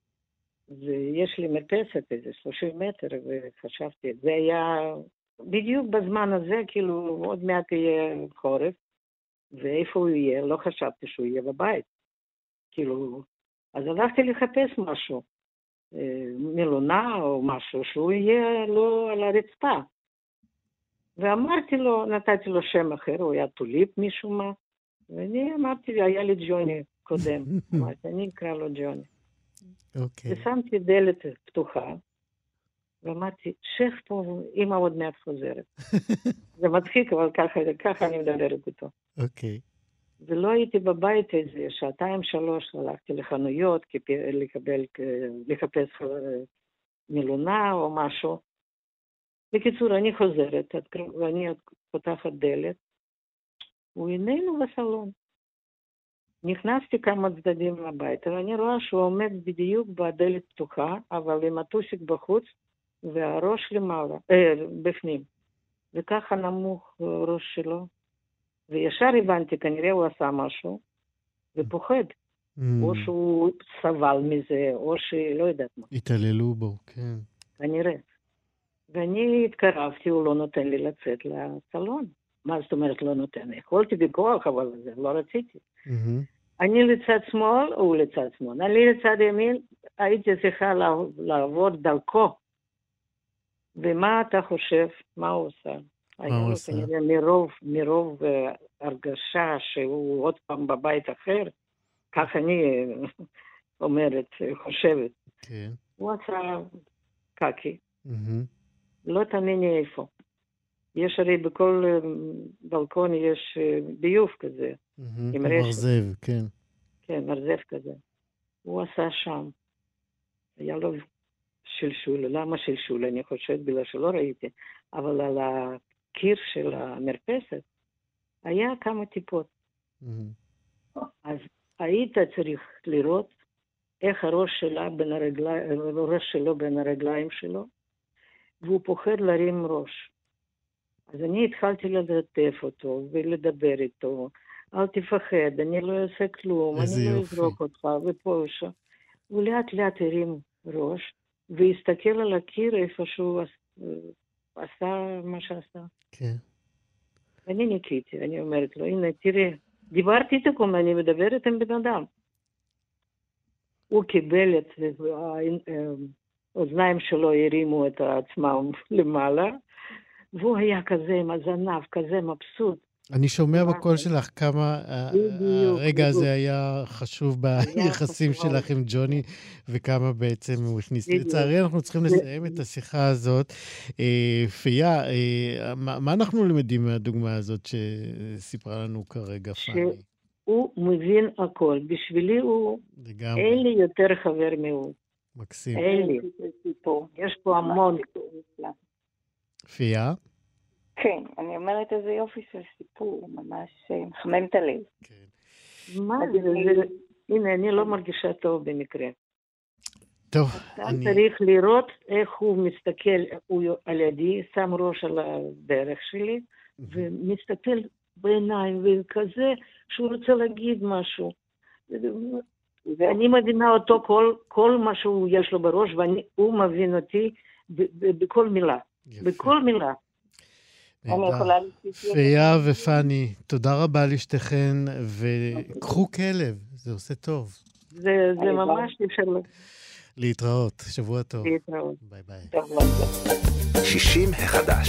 S5: ויש לי מרפסת איזה שלושים מטר, וחשבתי, זה היה בדיוק בזמן הזה, כאילו עוד מעט יהיה חורף, ואיפה הוא יהיה? לא חשבתי שהוא יהיה בבית. כאילו, אז הלכתי לחפש משהו, מלונה או משהו, שהוא יהיה לא על הרצפה. ואמרתי לו, נתתי לו שם אחר, הוא היה טוליפ משהו מה, ואני אמרתי, היה לי ג'וני קודם, אמרתי, אני אקרא לו ג'וני.
S2: אוקיי.
S5: ושמתי דלת פתוחה, ואמרתי, שף פה, אמא עוד מעט חוזרת. זה מצחיק, אבל ככה, ככה אני מדברת איתו.
S2: אוקיי.
S5: ולא הייתי בבית איזה, שעתיים שלוש, הלכתי לחנויות, לקבל, לחפש מלונה או משהו. בקיצור, אני חוזרת, ואני פותחת דלת, הוא איננו בסלון. נכנסתי כמה צדדים לבית, ואני רואה שהוא עומד בדיוק בדלת פתוחה, אבל עם הטוסיק בחוץ, והראש למעלה, אה, בפנים. וככה נמוך ראש שלו. וישר הבנתי, כנראה הוא עשה משהו, ופוחד. Mm. או שהוא סבל מזה, או שלא יודעת מה.
S2: התעללו בו, כן.
S5: כנראה. ואני התקרבתי, הוא לא נותן לי לצאת לסלון. מה זאת אומרת לא נותן? יכולתי בכוח, אבל זה לא רציתי.
S2: Mm-hmm.
S5: אני לצד שמאל, הוא לצד שמאל. אני לצד ימין, הייתי צריכה לעבור דרכו. ומה אתה חושב? מה הוא עושה?
S2: מה הוא עושה?
S5: כנראה מרוב, מרוב הרגשה שהוא עוד פעם בבית אחר, כך אני אומרת, חושבת.
S2: כן.
S5: הוא עשה קקי.
S2: Mm-hmm.
S5: לא תאמיני איפה. יש הרי בכל בלקון יש ביוב כזה.
S2: Mm-hmm. עם מרזב, כן.
S5: כן, מרזב כזה. הוא עשה שם. היה לו שלשול. למה שלשול? אני חושבת בגלל שלא ראיתי. אבל על הקיר של המרפסת היה כמה טיפות.
S2: Mm-hmm.
S5: אז היית צריך לראות איך הראש שלה בין הרגליים, הראש שלו בין הרגליים שלו, והוא פוחד להרים ראש. אז אני התחלתי לדטף אותו ולדבר איתו, אל תפחד, אני לא אעשה כלום, אני לא אזרוק אותך, ופה ושם. הוא לאט לאט הרים ראש, והסתכל על הקיר איפה שהוא עשה מה שעשה.
S2: כן.
S5: אני ניקיתי, אני אומרת לו, הנה, תראה, דיברתי איתו כמו אני מדברת עם בן אדם. הוא קיבל את האוזניים שלו, הרימו את עצמם למעלה, והוא היה כזה עם הזנב, כזה מבסוט.
S2: אני שומע בקול שלך כמה הרגע הזה היה חשוב ביחסים שלך עם ג'וני, וכמה בעצם הוא הכניס. לצערי אנחנו צריכים לסיים את השיחה הזאת. פיה, מה אנחנו למדים מהדוגמה הזאת שסיפרה לנו כרגע פני?
S5: שהוא מבין הכל. בשבילי הוא, אין לי יותר חבר מהוא.
S2: מקסים.
S5: אין לי. יש פה המון.
S2: פיה?
S5: כן, אני אומרת איזה יופי של סיפור, ממש מחמם את הלב. כן. מה זה? הנה, אני לא מרגישה טוב במקרה.
S2: טוב,
S5: אני... צריך לראות איך הוא מסתכל, הוא על ידי, שם ראש על הדרך שלי, ומסתכל בעיניים, וכזה שהוא רוצה להגיד משהו. ואני מבינה אותו כל, כל מה שהוא יש לו בראש, והוא מבין אותי בכל מילה. בכל מילה.
S2: פיה ופני, תודה רבה לשתיכן, וקחו כלב, זה עושה טוב.
S5: זה ממש אפשר.
S2: להתראות, שבוע טוב.
S5: להתראות.
S2: ביי ביי.
S1: שישים החדש.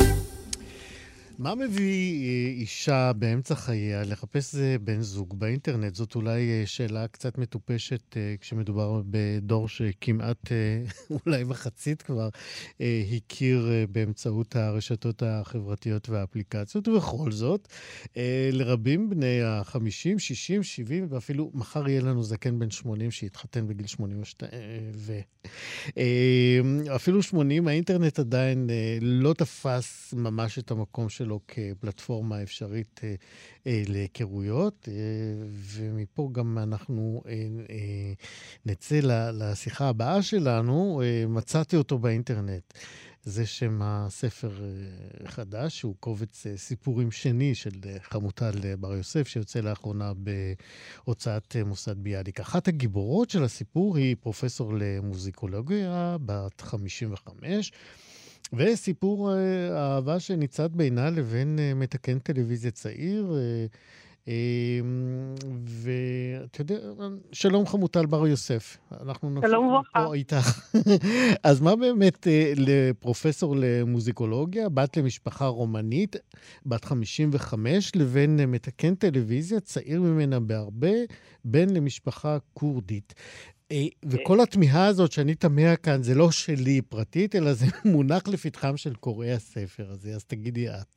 S2: מה מביא אישה באמצע חייה לחפש בן זוג באינטרנט? זאת אולי שאלה קצת מטופשת כשמדובר בדור שכמעט אולי מחצית כבר הכיר באמצעות הרשתות החברתיות והאפליקציות, ובכל זאת לרבים בני ה-חמישים, שישים, שבעים ואפילו מחר יהיה לנו זקן בן שמונים שהתחתן בגיל שמונים ושתיים ואפילו שמונים, האינטרנט עדיין לא תפס ממש את המקום שלו כפלטפורמה אפשרית אה, אה, להיכרויות, אה, ומפה גם אנחנו אה, אה, נצא לשיחה הבאה שלנו. אה, מצאתי אותו באינטרנט. זה שם הספר אה, חדש, שהוא קובץ אה, סיפורים שני של אה, חמוטל בר יוסף, שיוצא לאחרונה בהוצאת אה, מוסד ביאליק. אחת הגיבורות של הסיפור היא פרופסור למוזיקולוגיה, בת חמישים וחמש, וסיפור האהבה שניצד בינה לבין מתקן טלוויזיה צעיר. ואתה יודע, שלום חמוטל בר יוסף. אנחנו
S6: שלום וברכה.
S2: פה איתך. אז מה באמת לפרופסור למוזיקולוגיה, בת למשפחה רומנית, בת חמישים וחמש, לבין מתקן טלוויזיה צעיר ממנה בהרבה, בן למשפחה קורדית? וכל התמיהה הזאת שאני תמה כאן, זה לא שלי פרטית, אלא זה מונח לפתחם של קוראי הספר הזה. אז תגידי את.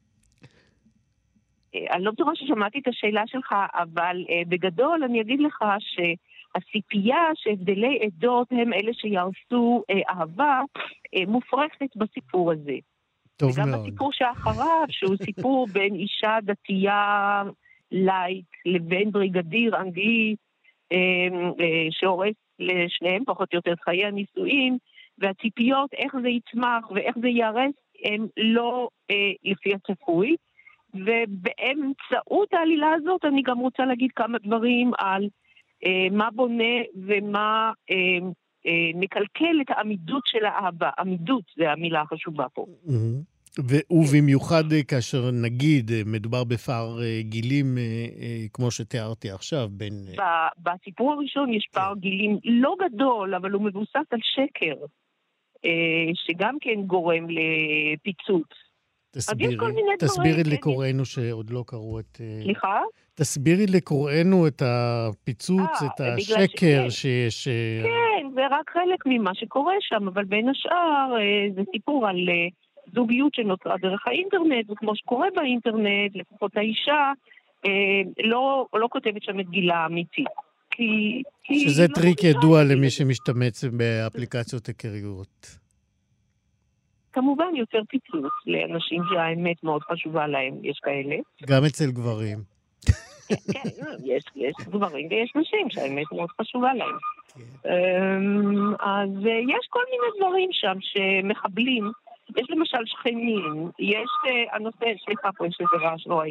S6: אני לא בטוחה ששמעתי את השאלה שלך, אבל בגדול אני אגיד לך שהציפייה שהבדלי עדות הם אלה שירסו אהבה מופרכת בסיפור הזה.
S2: טוב מאוד.
S6: וגם בסיפור שאחריו, שהוא סיפור בין אישה דתייה לייט לבין בריגדיר אנגלי, שהורס לשניהם פחות או יותר חיי הנישואים, והציפיות איך זה יצמח ואיך זה ירס הם לא אה, לפי הצפוי. ובאמצעות העלילה הזאת אני גם רוצה להגיד כמה דברים על אה, מה בונה ומה אה, אה, מקלקל את העמידות של האהבה. עמידות זה המילה החשובה פה.
S2: Mm-hmm. ובמיוחד כאשר נגיד מדובר בפער גילים כמו שתיארתי עכשיו בין...
S6: בסיפור הראשון יש פער גילים לא גדול, אבל הוא מבוסס על שקר, שגם כן גורם לפיצוץ.
S2: תסבירי, תסבירי לקוראינו שעוד לא קראו את...
S6: סליחה?
S2: תסבירי לקוראינו את הפיצוץ, את השקר שיש...
S6: כן, זה רק חלק ממה שקורה שם, אבל בין השאר זה סיפור על... זוגיות שנוצרה דרך האינטרנט, וכמו שקורה באינטרנט, לפחות האישה, אה, לא, לא כותבת שם את גילה האמיתי. כי,
S2: שזה
S6: כי
S2: טריק
S6: לא
S2: ידוע למי שמשתמץ באפליקציות היכרויות.
S6: כמובן יותר פיצוץ לאנשים שהאמת מאוד חשובה להם, יש כאלה.
S2: גם אצל גברים.
S6: כן, כן, יש, יש גברים ויש נשים שהאמת מאוד חשובה להם. כן. אז יש כל מיני דברים שם שמחבלים, יש למשל שכנים, יש uh, הנושא, סליחה פה, יש איזה רעש נוראי.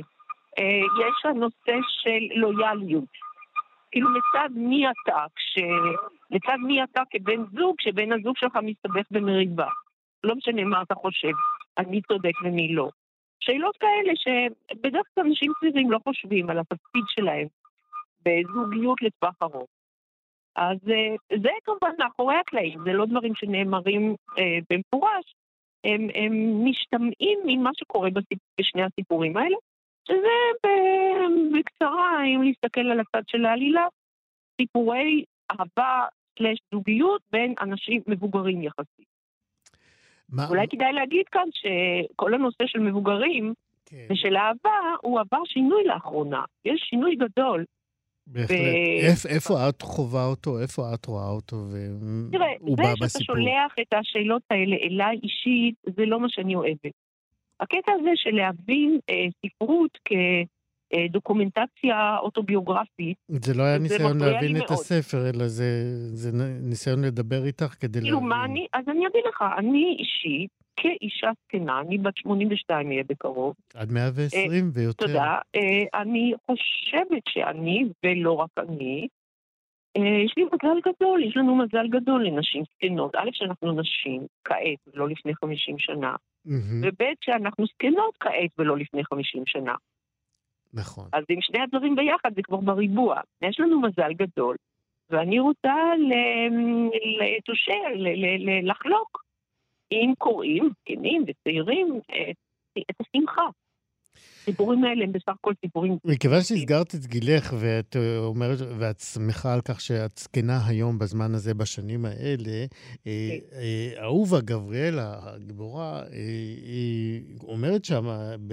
S6: יש הנושא של לויאליות. כאילו מצד מי אתה, כש... מצד מי אתה כבן זוג, כשבן הזוג שלך מסתבך במריבה. לא משנה מה אתה חושב, אני צודק ומי לא. שאלות כאלה שבדרך כלל אנשים צעירים לא חושבים על התפקיד שלהם בזוגיות לטווח ארוך. אז זה כמובן מאחורי הקלעים, זה לא דברים שנאמרים אה, במפורש, הם, הם משתמעים ממה שקורה בסיפ... בשני הסיפורים האלה, שזה בקצרה, אם להסתכל על הצד של העלילה, סיפורי אהבה סלש זוגיות בין אנשים מבוגרים יחסית. מה... אולי כדאי להגיד כאן שכל הנושא של מבוגרים כן. ושל אהבה הוא עבר שינוי לאחרונה. יש שינוי גדול.
S2: בהחלט. ו... איפ, איפה את חובה אותו? איפה את רואה אותו?
S6: תראה, זה שאתה בסיפור. שולח את השאלות האלה אליי אישית, זה לא מה שאני אוהבת. הקטע הזה של להבין אה, ספרות כדוקומנטציה אוטוביוגרפית,
S2: זה לא היה ניסיון להבין את מאוד. הספר, אלא זה, זה ניסיון לדבר איתך כדי
S6: כאילו, להבין. אני, אז אני אגיד לך, אני אישית, כאישה זקנה, אני בת שמונים ושתיים יהיה בקרוב.
S2: עד מאה ועשרים אה, ויותר.
S6: תודה. אה, אני חושבת שאני, ולא רק אני, אה, יש לי מזל גדול, יש לנו מזל גדול לנשים זקנות. א', שאנחנו נשים כעת, ולא לפני חמישים שנה. ובית שאנחנו סקנות כעת ולא לפני חמישים שנה.
S2: נכון.
S6: אז עם שני הדברים ביחד זה כבר בריבוע. יש לנו מזל גדול, ואני רוצה לתושע, לחלוק עם קוראים, זקנים וצעירים, את השמחה. סיפורים האלה הם בסך הכל סיפורים...
S2: מכיוון שהסגרת את גילך ואת אומרת, ואת שמחה על כך שאת זקנה היום בזמן הזה, בשנים האלה, אהובה גבריאלה, הגיבורה, היא אומרת שם,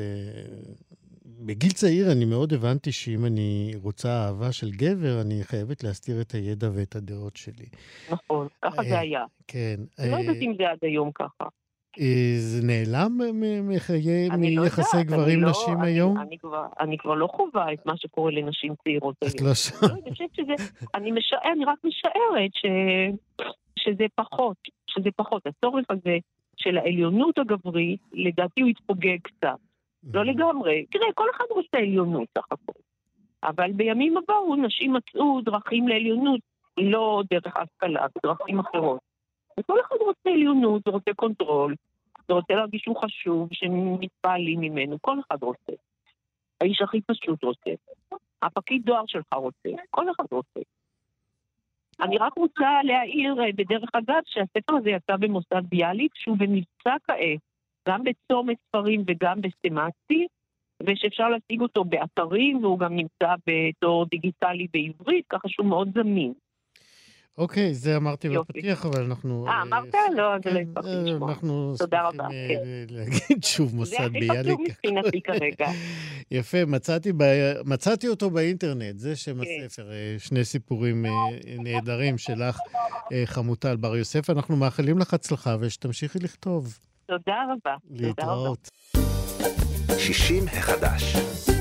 S2: בגיל צעיר אני מאוד הבנתי שאם אני רוצה אהבה של גבר, אני חייבת להסתיר את הידע ואת הדעות שלי.
S6: נכון, ככה זה היה.
S2: כן.
S6: לא יודעת אם זה עד היום ככה.
S2: זה נעלם מחיי, מיחסי גברים נשים היום?
S6: אני כבר לא חובה את מה שקורה לנשים צעירות.
S2: את לא שם.
S6: אני חושבת שזה, אני רק משערת שזה פחות, שזה פחות. הצורך הזה של העליונות הגברית, לדעתי הוא התפוגג קצת. לא לגמרי. תראה, כל אחד רוצה עליונות סך הכל. אבל בימים הבאו נשים מצאו דרכים לעליונות, לא דרך ההשכלה, דרכים אחרות. וכל אחד רוצה עליונות, רוצה קונטרול, רוצה להרגיש שהוא חשוב, שמתפעלים ממנו, כל אחד רוצה. האיש הכי פשוט רוצה. הפקיד דואר שלך רוצה, כל אחד רוצה. אני רק רוצה להעיר בדרך אגב שהספר הזה יצא במוסד ביאליק, שהוא במבצע כעת, גם בצומת ספרים וגם בסטמצי, ושאפשר להשיג אותו באתרים, והוא גם נמצא בתור דיגיטלי בעברית, ככה שהוא מאוד זמין.
S2: אוקיי, זה אמרתי בפתיח, אבל אנחנו...
S6: אה, אמרת? לא, זה לא הספקתי לשמוע.
S2: אנחנו
S6: תודה רבה.
S2: להגיד שוב מוסד ביאליק.
S6: זה הכי חשוב מבחינתי כרגע.
S2: יפה, מצאתי אותו באינטרנט, זה שם הספר, שני סיפורים נהדרים שלך, חמוטל בר יוסף. אנחנו מאחלים לך הצלחה ושתמשיכי לכתוב.
S6: תודה רבה.
S2: להתראות.
S1: שישים החדש.